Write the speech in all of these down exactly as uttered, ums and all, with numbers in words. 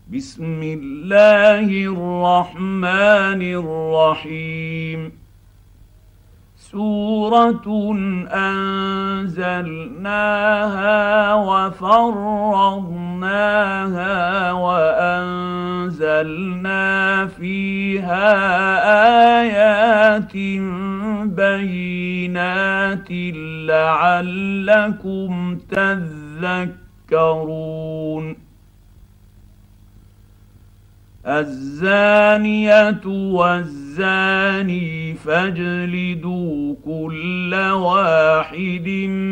بسم الله الرحمن الرحيم سورة أنزلناها وفرضناها وأنزلنا فيها آيات بينات لعلكم تذكرون الزانية والزاني فاجلدوا كل واحد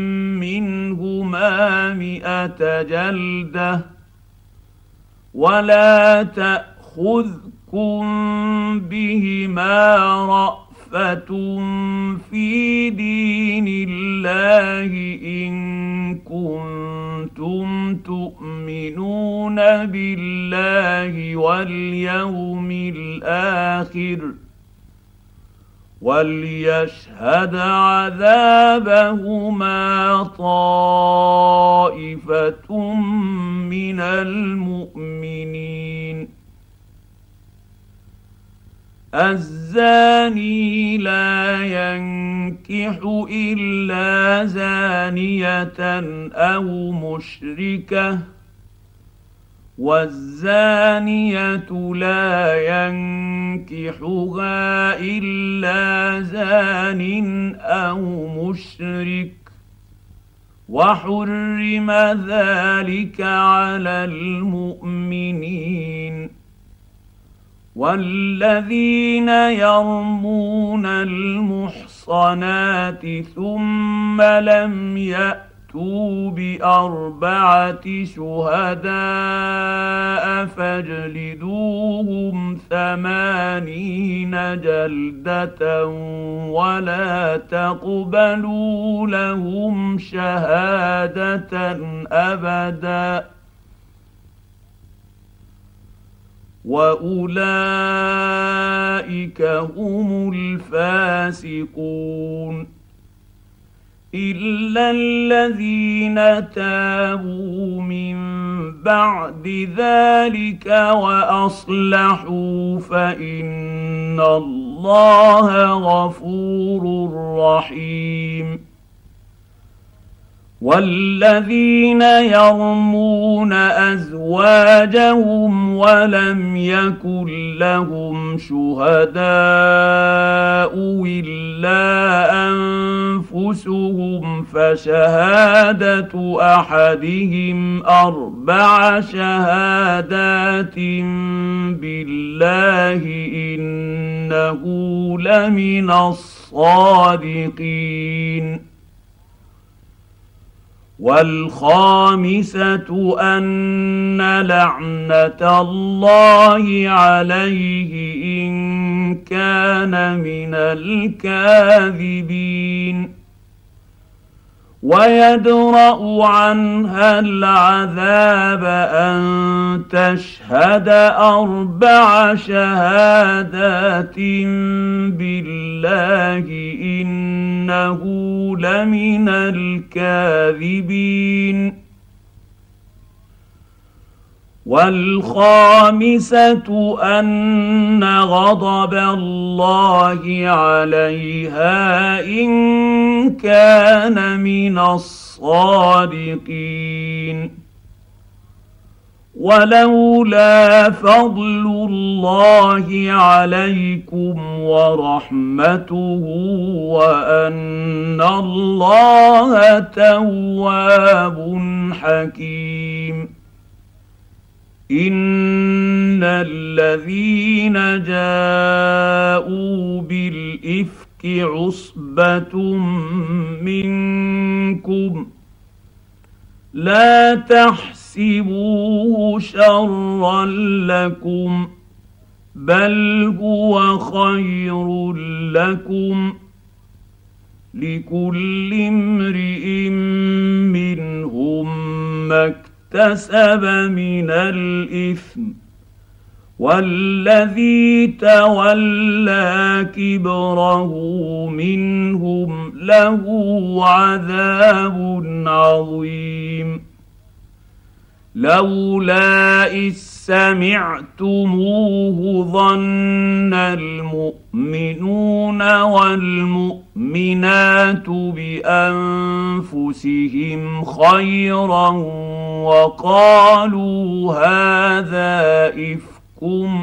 منهما مئة جلدة ولا تأخذكم بهما رأفة في دين الله إن كنتم تؤمنون بالله واليوم الآخر وليشهد عذابهما طائفة من المؤمنين الزاني لا ينكح إلا زانية أو مشركة والزانية لا ينكحها إلا زان أو مشرك وحرم ذلك على المؤمنين والذين يرمون المحصنات ثم لم يأتوا بأربعة شهداء فاجلدوهم ثمانين جلدة ولا تقبلوا لهم شهادة أبداً وأولئك هم الفاسقون إلا الذين تابوا من بعد ذلك وأصلحوا فإن الله غفور رحيم والذين يرمون أزواجهم ولم يكن لهم شهداء إلا أنفسهم فشهادة أحدهم أربع شهادات بالله إنه لمن الصادقين والخامسة أن لعنة الله عليه إن كان من الكاذبين ويدرأ عنها العذاب أن تشهد أربع شهادات بالله إنه لمن الكاذبين والخامسة أن غضب الله عليها إن كان من الصادقين ولولا فضل الله عليكم ورحمته وأن الله تواب حكيم إن الذين جاءوا بالإفك عصبة منكم لا تحسبوه شرا لكم بل هو خير لكم لكل امرئ منهم ما اكتسب من الإثم والذي تولى كبره منهم له عذاب عظيم لولا إذ سمعتموه ظن المؤمنون والمؤمنات بأنفسهم خيرا وقالوا هذا إفك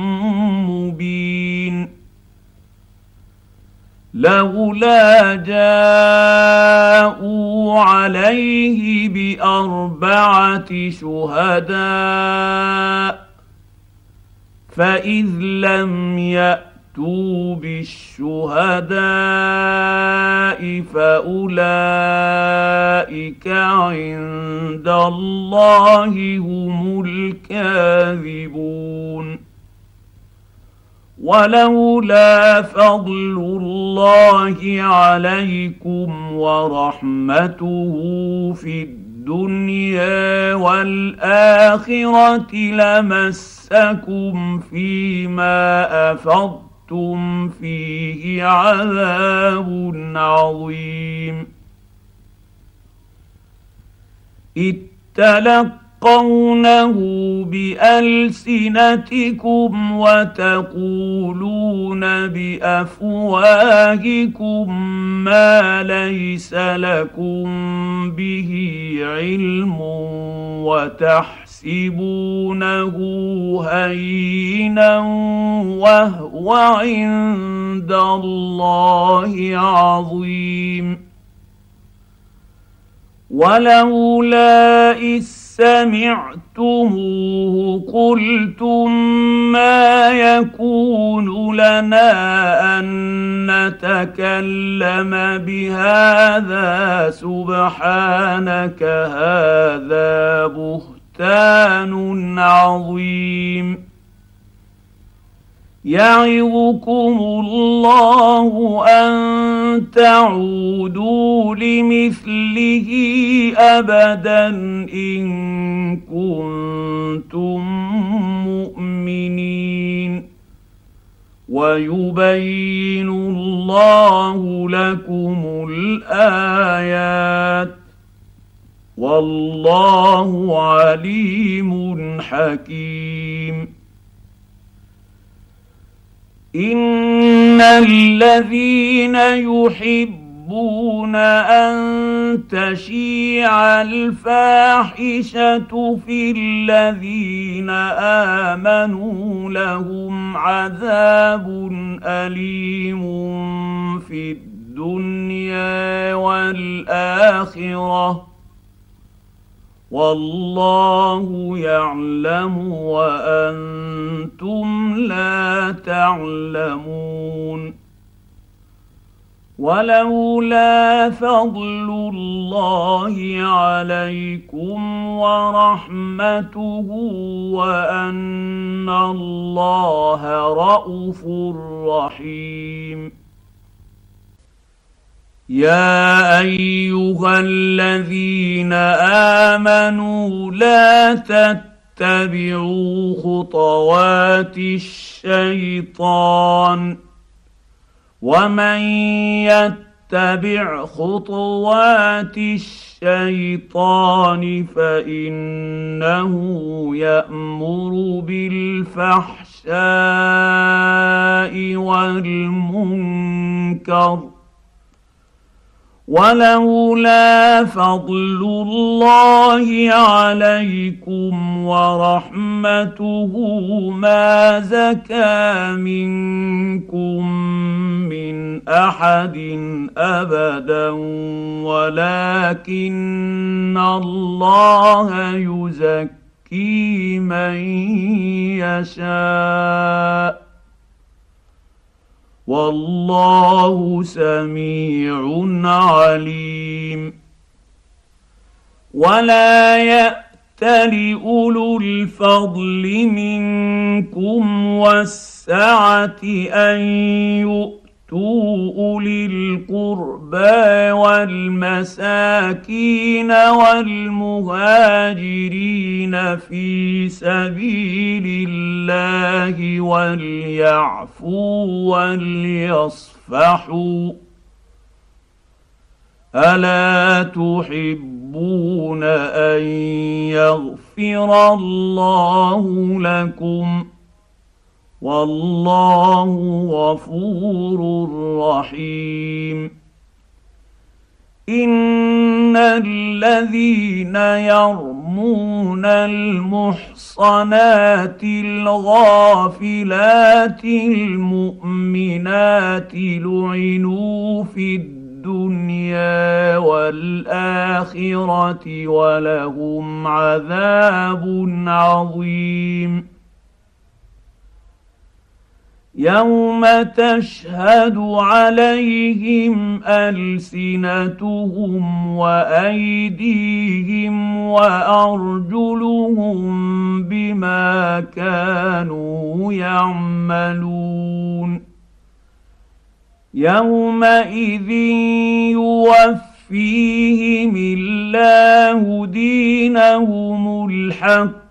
مبين لولا جاءوا عليه بأربعة شهداء فإذ لم يأتوا بالشهداء فأولئك عند الله هم الكاذبون ولولا فضل الله عليكم ورحمته في الدنيا والآخرة لمسكم فيما أفضتم فيه عذاب عظيم إذ تلقونه بألسنتكم وتقولون بأفواهكم ما ليس لكم به علم وتحسبونه هينا وهو عند الله عظيم ولولا إذ سمعتموه قلتم ما يكون لنا أن نتكلم بهذا سبحانك هذا بهتان عظيم يعظكم الله أن تعودوا لمثله أبدا إن كنتم مؤمنين ويبين الله لكم الآيات والله عليم حكيم إن الذين يحبون أن تشيع الفاحشة في الذين آمنوا لهم عذاب أليم في الدنيا والآخرة والله يعلم وأنتم لا تعلمون ولولا فضل الله عليكم ورحمته وأن الله رءوف رحيم يا أيها الذين آمنوا لا تتبعوا خطوات الشيطان ومن يتبع خطوات الشيطان فإنه يأمر بالفحشاء والمنكر ولولا فضل الله عليكم ورحمته ما زكى منكم من أحد أبدا ولكن الله يزكي من يشاء والله سميع عليم ولا يأتل أولو الفضل منكم والسعة أن يؤتوا أولي القربى والمساكين والمهاجرين في سبيل الله وليعفوا وليصفحوا الا تحبون ان يغفر الله لكم والله غفور رحيم. ان الذين يرمون المحصنات الغافلات المؤمنات لعنوا في الدنيا والاخره ولهم عذاب عظيم. يوم تشهد عليهم السنتهم وايديهم وارجلهم بما كانوا يعملون. يومئذ يوفيهم الله دينهم الحق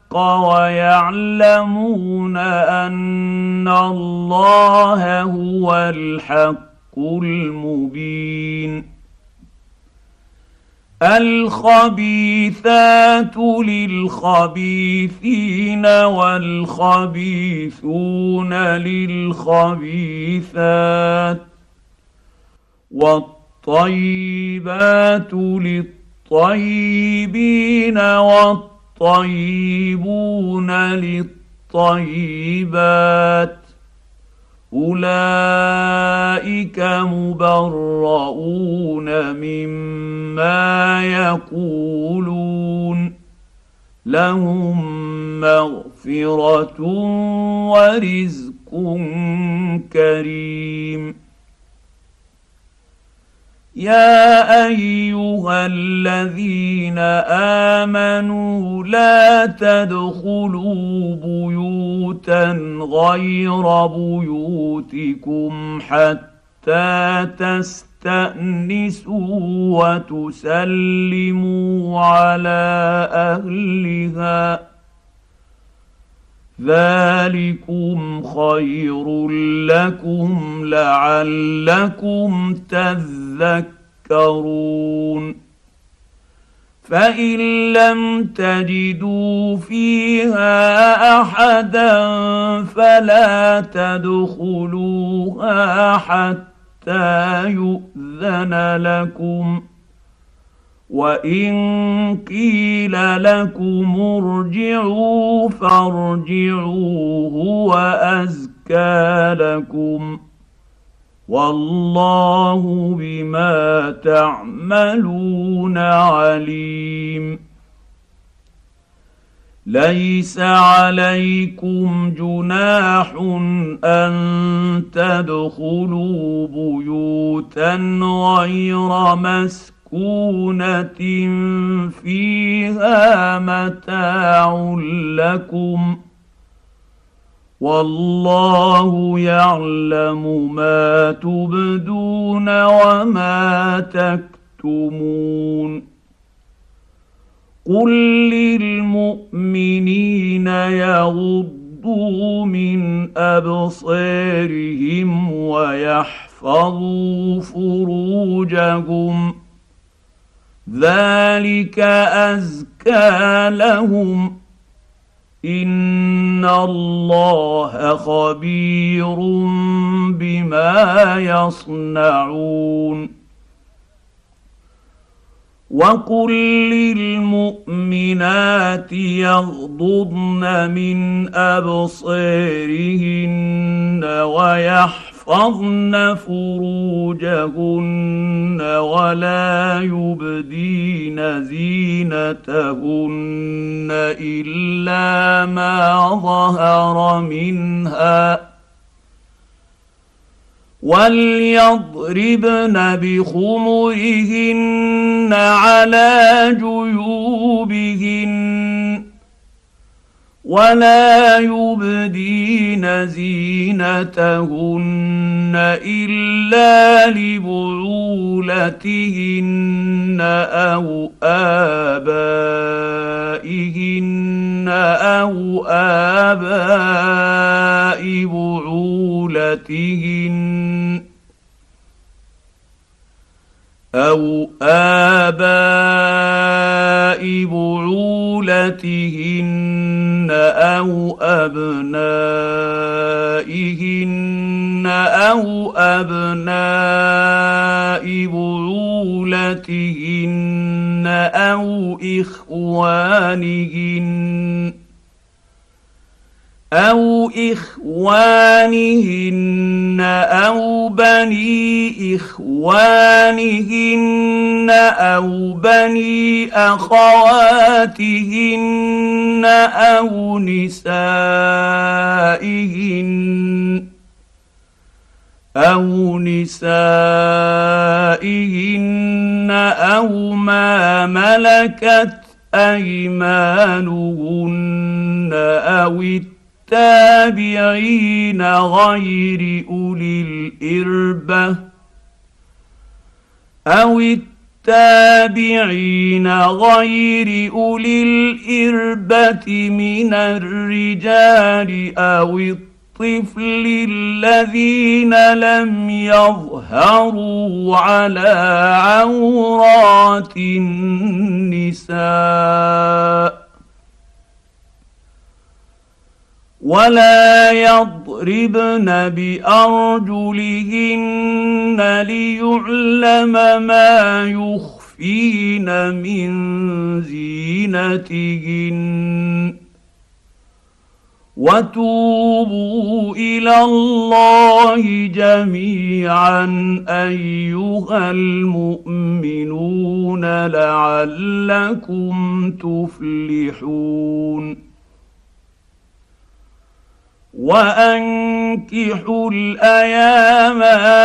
ويعلمون ان الله هو الحق المبين. الخبيثات للخبيثين والخبيثون للخبيثات والطيبات للطيبين والطيبين الطيبون للطيبات اولئك مبرؤون مما يقولون لهم مغفره ورزق كريم. يا ايها الذين امنوا لا تدخلوا بيوتا غير بيوتكم حتى تستأنسوا وتسلموا على اهلها ذلكم خير لكم لعلكم تذكرون. فإن لم تجدوا فيها أحدا فلا تدخلوها حتى يؤذن لكم وان قيل لكم ارجعوا فارجعوا هو ازكى لكم والله بما تعملون عليم. ليس عليكم جناح ان تدخلوا بيوتا غير مسكونة فيها متاع لكم والله يعلم ما تبدون وما تكتمون. قل للمؤمنين يغضوا من ابصارهم ويحفظوا فروجهم ذلك ازكى لهم ان الله خبير بما يصنعون. وقل للمؤمنات يغضضن من ابصارهن ويحفظن فروجهن ولا يبدين زينتهن الا ما ظهر منها وليضربن بخمرهن على جيوبهن ولا يبدين زينتهن إلا لبعولتهن أو آبائهن أو آباء بعولتهن أو آباء بعولتهن أو أبنائهن أو أبناء بعولتهن أو إخوانهن أو إخوانهن أو بني إخوانهن أو بني أخواتهن أو نسائهن أو نسائهن أو ما ملكت أيمانهن أو التابعين غير أولي الإربة أو التابعين غير أولي الإربة من الرجال أو الطفل الذين لم يظهروا على عورات النساء ولا يضربن بأرجلهن ليعلم ما يخفين من زينتهن وتوبوا إلى الله جميعا أيها المؤمنون لعلكم تفلحون وأنكحوا الأيام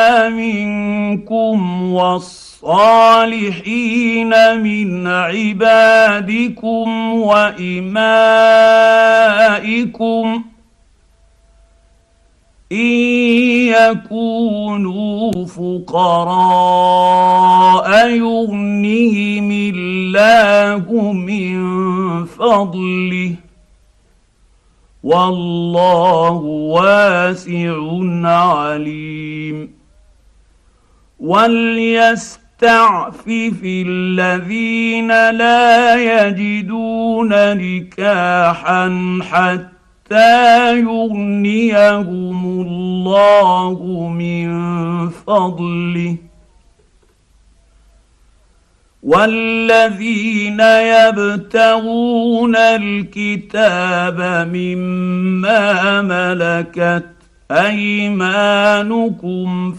منكم والصالحين من عبادكم وإمائكم إن يكونوا فقراء يغنهم الله من فضله والله واسع عليم وليستعفف الذين لا يجدون نكاحا حتى يغنيهم الله من فضله والذين يبتغون الكتاب مما ملكت أيمانكم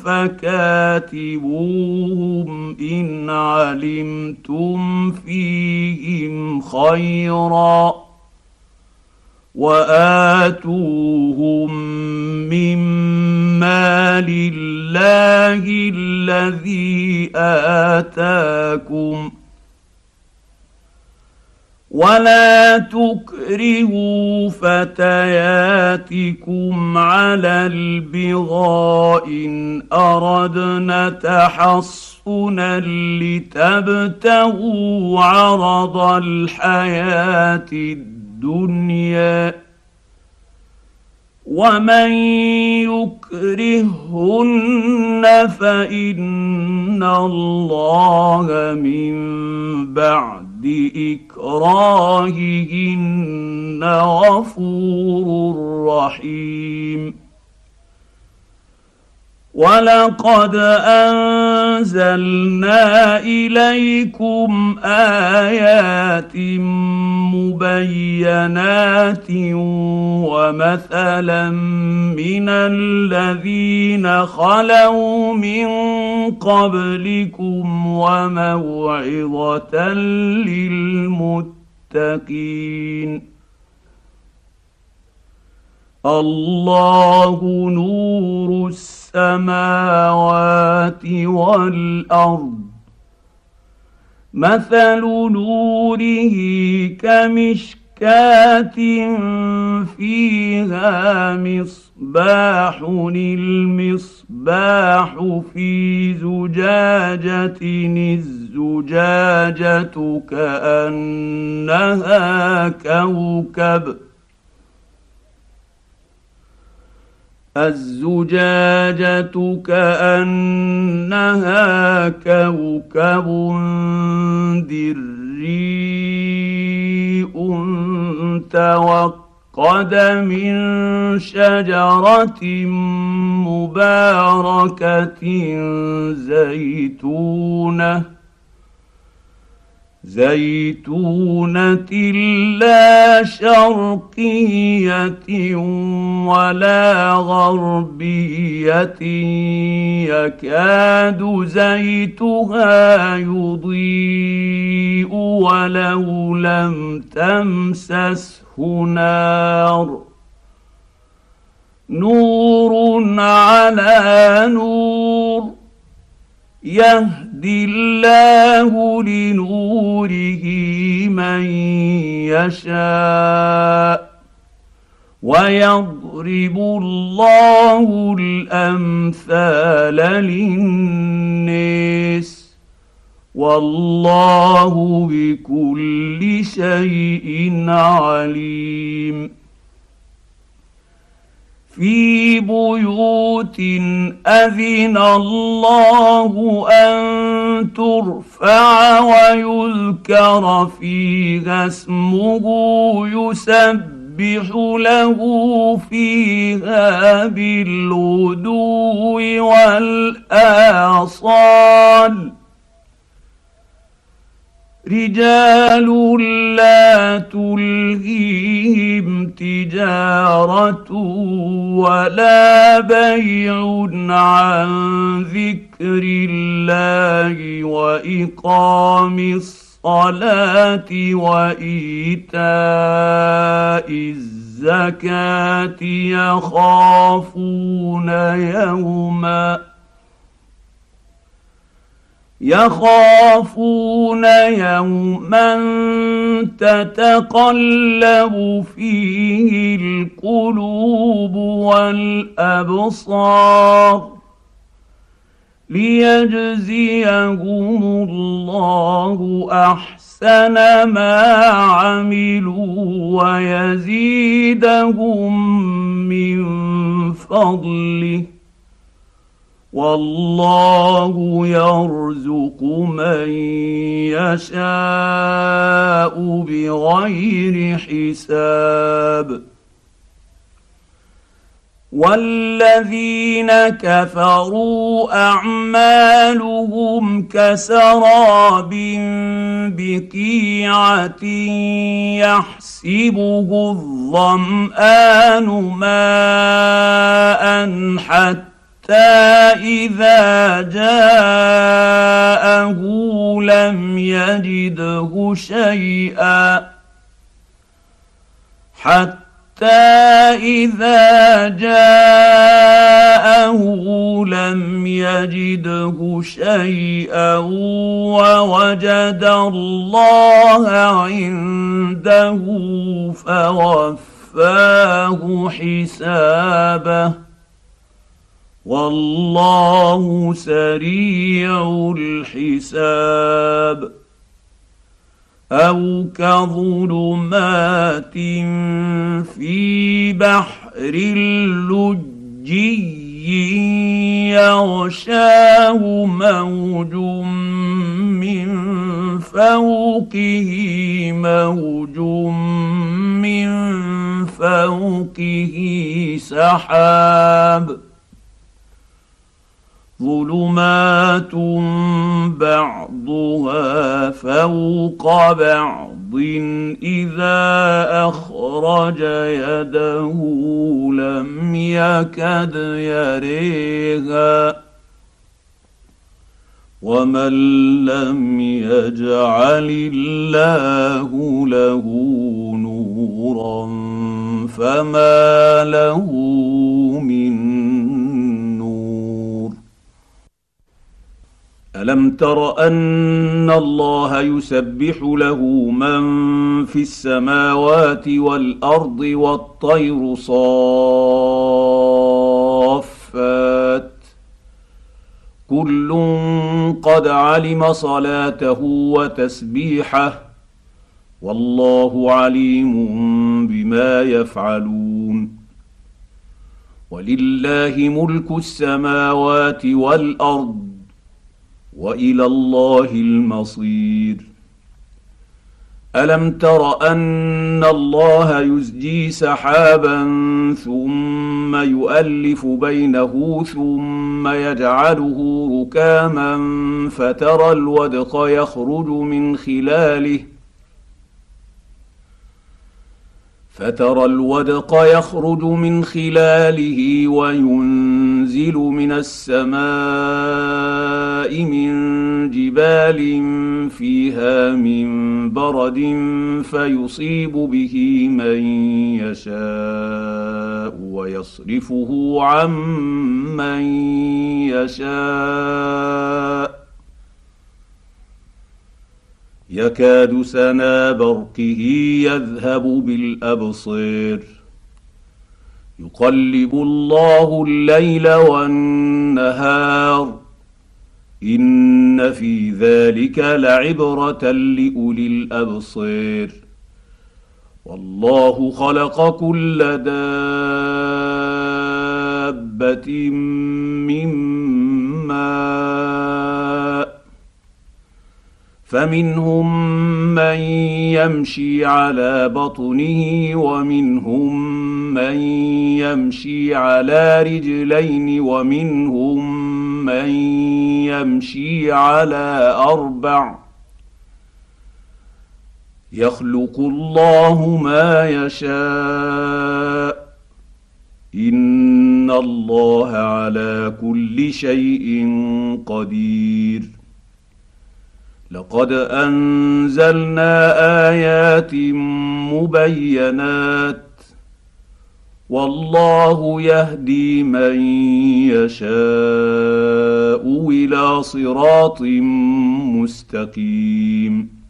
فكاتبوهم إن علمتم فيهم خيرا وآتوهم مما لله الذي آتاكم ولا تكرهوا فتياتكم على البغاء إن أردنا تحصنا لتبتغوا عرض الحياة الدنيا ومن يكرههن فإن الله من بعد إكراههن غفور رحيم ولقد أنزلنا إليكم آيات مبينات ومثلا من الذين خلوا من قبلكم وموعظة للمتقين الله نور السماوات والأرض مثل نوره كمشكاة فيها مصباح المصباح في زجاجة الزجاجة كأنها كوكب الزجاجة كأنها كوكب دري توقد من شجرة مباركة زيتونة زيتونة لا شرقية ولا غربية يكاد زيتها يضيء ولو لم تمسسه نار نور على نور يهدي الله لنوره من يشاء ويضرب الله الأمثال للناس والله بكل شيء عليم في بيوت أذن الله أن ترفع ويذكر فيها اسمه يسبح له فيها بالغدو والآصال رجال لا تلهيهم تجارة ولا بيع عن ذكر الله وإقام الصلاة وإيتاء الزكاة يخافون يوما يخافون يوما تتقلب فيه القلوب والأبصار ليجزيهم الله أحسن ما عملوا ويزيدهم من فضله والله يرزق من يشاء بغير حساب والذين كفروا أعمالهم كسراب بقيعة يحسبه الظمآن ماء حتى إذا جاءه لم يجده شيئا حتى إذا جاءه لم يجده شيئا ووجد الله عنده فوفاه حسابه والله سريع الحساب أو كظلمات في بحر لجي يغشاه موج من فوقه موج من فوقه سحاب ظلمات بعضها فوق بعض إذا أخرج يده لم يكد يريها ومن لم يجعل الله له نورا فما له من ألم تر أن الله يسبح له من في السماوات والأرض والطير صافات كل قد علم صلاته وتسبيحه والله عليم بما يفعلون ولله ملك السماوات والارض والى الله المصير. الم تر ان الله يزجي سحابا ثم يؤلف بينه ثم يجعله ركاما فترى الودق يخرج من خلاله فترى الودق يخرج من خلاله وينزل من السماء من جبال فيها من برد فيصيب به من يشاء ويصرفه عن من يشاء يكاد سنا برقه يذهب بالابصير يقلب الله الليل والنهار ان في ذلك لعبره لاولي الابصير. والله خلق كل دابه من ماء فمنهم من يمشي على بطنه ومنهم من يمشي على رجلين ومنهم من يمشي على اربع يخلق الله ما يشاء ان الله على كل شيء قدير. لقد انزلنا ايات مبينات والله يهدي من يشاء الى صراط مستقيم.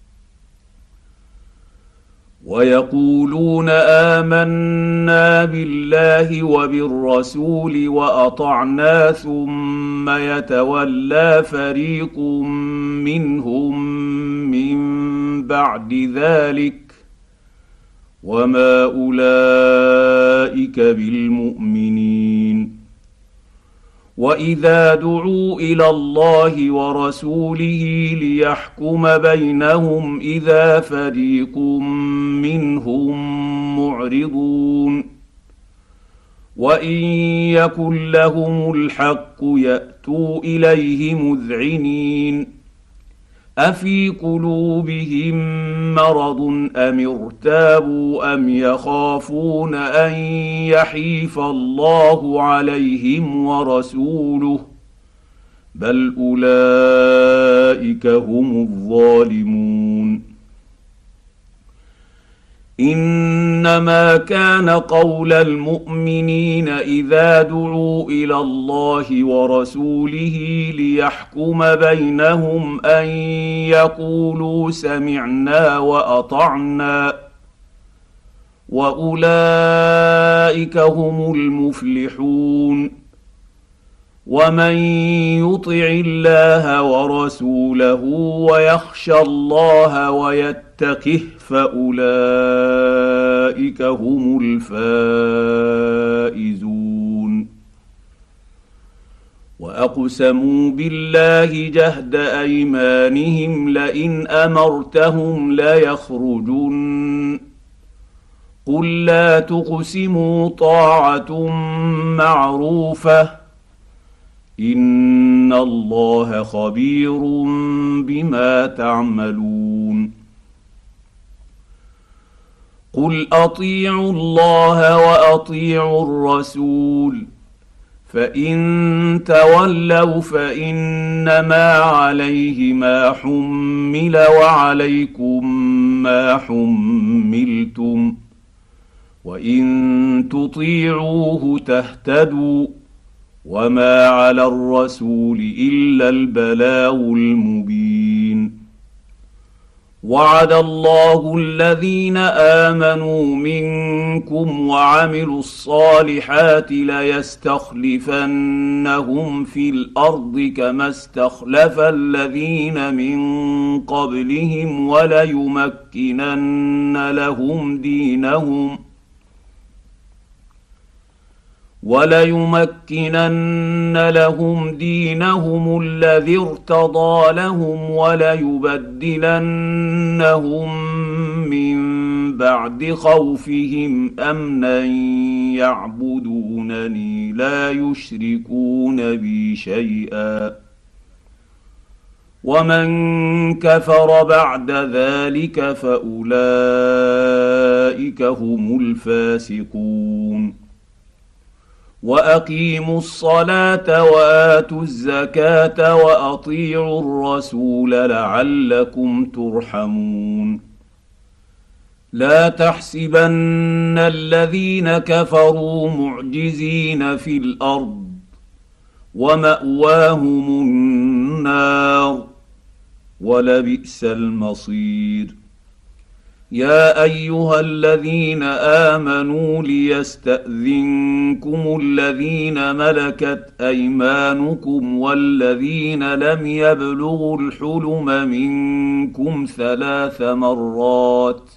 ويقولون آمنا بالله وبالرسول وأطعنا ثم يتولى فريق منهم من بعد ذلك وما أولئك بالمؤمنين. وإذا دعوا إلى الله ورسوله ليحكم بينهم إذا فريق منهم معرضون وإن يكن لهم الحق يأتوا إليه مذعنين أفي قلوبهم مرض أم ارتابوا أم يخافون أن يحيف الله عليهم ورسوله بل أولئك هم الظالمون. إنما كان قول المؤمنين إذا دعوا إلى الله ورسوله ليحكم بينهم أن يقولوا سمعنا وأطعنا وأولئك هم المفلحون. ومن يطع الله ورسوله ويخشى الله ويتقه فأولئك هم الفائزون. وأقسموا بالله جهد أيمانهم لئن أمرتهم ليخرجن قل لا تقسموا طاعة معروفة إن الله خبير بما تعملون. قل أطيعوا الله وأطيعوا الرسول فإن تولوا فإنما عليه ما حمل وعليكم ما حملتم وإن تطيعوه تهتدوا وما على الرسول إلا البلاغ المبين. وعد الله الذين آمنوا منكم وعملوا الصالحات ليستخلفنهم في الأرض كما استخلف الذين من قبلهم وليمكنن لهم دينهم وليمكنن لهم دينهم الذي ارتضى لهم وليبدلنهم من بعد خوفهم امنا يعبدونني لا يشركون بي شيئا ومن كفر بعد ذلك فاولئك هم الفاسقون واقيموا الصلاه واتوا الزكاه واطيعوا الرسول لعلكم ترحمون لا تحسبن الذين كفروا معجزين في الارض وماواهم النار ولبئس المصير يا ايها الذين امنوا ليستاذنكم الذين ملكت ايمانكم والذين لم يبلغوا الحلم منكم ثلاث مرات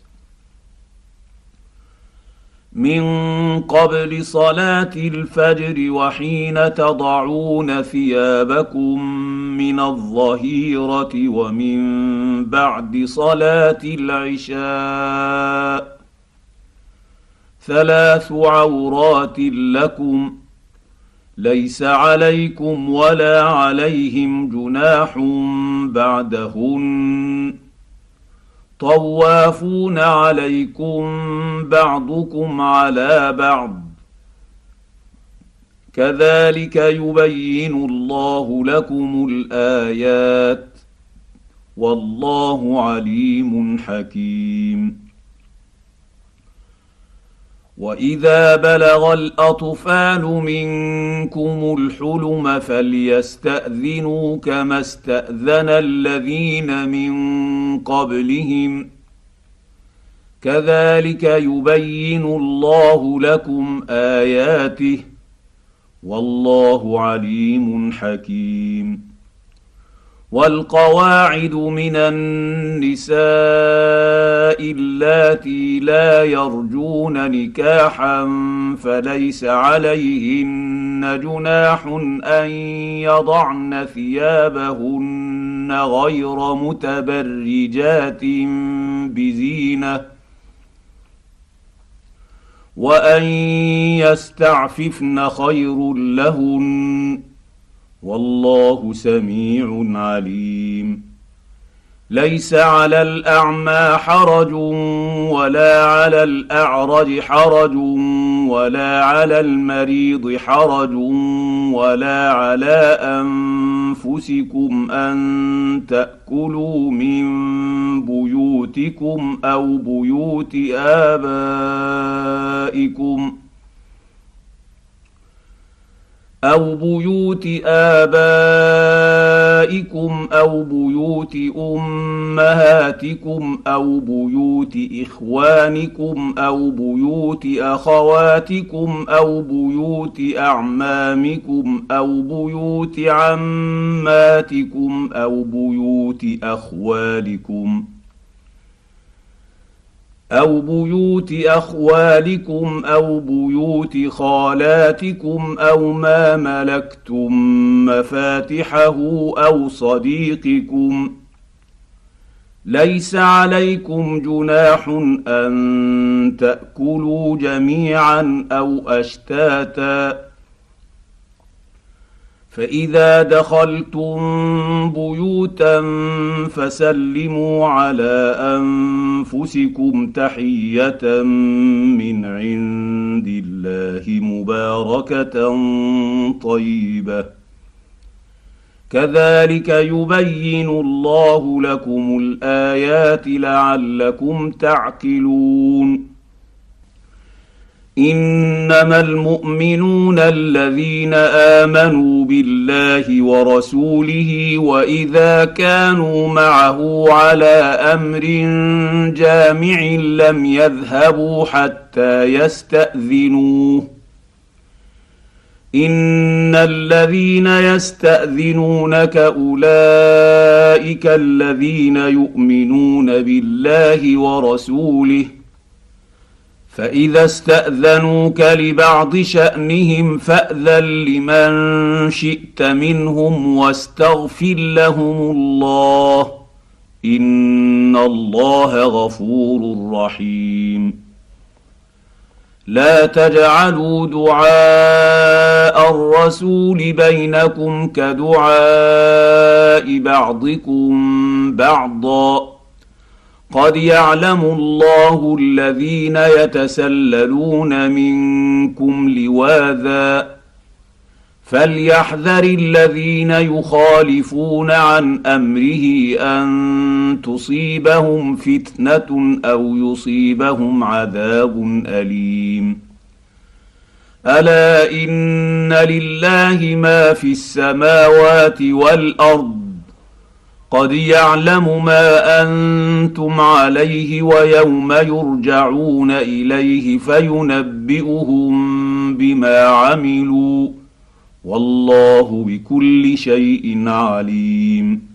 من قبل صلاه الفجر وحين تضعون ثيابكم من الظهيره ومن بعد صلاه العشاء ثلاث عورات لكم ليس عليكم ولا عليهم جناح بعدهن طوافون عليكم بعضكم على بعض كذلك يبين الله لكم الايات والله عليم حكيم واذا بلغ الاطفال منكم الحلم فليستاذنوا كما استاذن الذين من قبلهم كذلك يبين الله لكم اياته والله عليم حكيم والقواعد من النساء اللاتي لا يرجون نكاحا فليس عليهن جناح ان يضعن ثيابهن غير متبرجات بزينه وان يستعففن خير لهن والله سميع عليم ليس على الاعمى حرج ولا على الاعرج حرج ولا على المريض حرج ولا على انفسكم ان تاكلوا من بيوتكم او بيوت ابائكم أو بيوت آبائكم أو بيوت أمهاتكم أو بيوت إخوانكم أو بيوت أخواتكم أو بيوت أعمامكم أو بيوت عماتكم أو بيوت أخوالكم أو بيوت أخوالكم أو بيوت خالاتكم أو ما ملكتم مفاتحه أو صديقكم ليس عليكم جناح أن تأكلوا جميعا أو أشتاتا فإذا دخلتم بيوتا فسلموا على أنفسكم تحية من عند الله مباركة طيبة كذلك يبين الله لكم الآيات لعلكم تعقلون إنما المؤمنون الذين آمنوا بالله ورسوله وإذا كانوا معه على أمر جامع لم يذهبوا حتى يستأذنوه إن الذين يستأذنونك أولئك الذين يؤمنون بالله ورسوله فاذا استاذنوك لبعض شانهم فاذن لمن شئت منهم واستغفر لهم الله ان الله غفور رحيم. لا تجعلوا دعاء الرسول بينكم كدعاء بعضكم بعضا قد يعلم الله الذين يتسللون منكم لواذا فليحذر الذين يخالفون عن امره ان تصيبهم فتنه او يصيبهم عذاب اليم. الا ان لله ما في السماوات والارض قد يعلم ما انتم عليه ويوم يرجعون اليه فينبئهم بما عملوا والله بكل شيء عليم.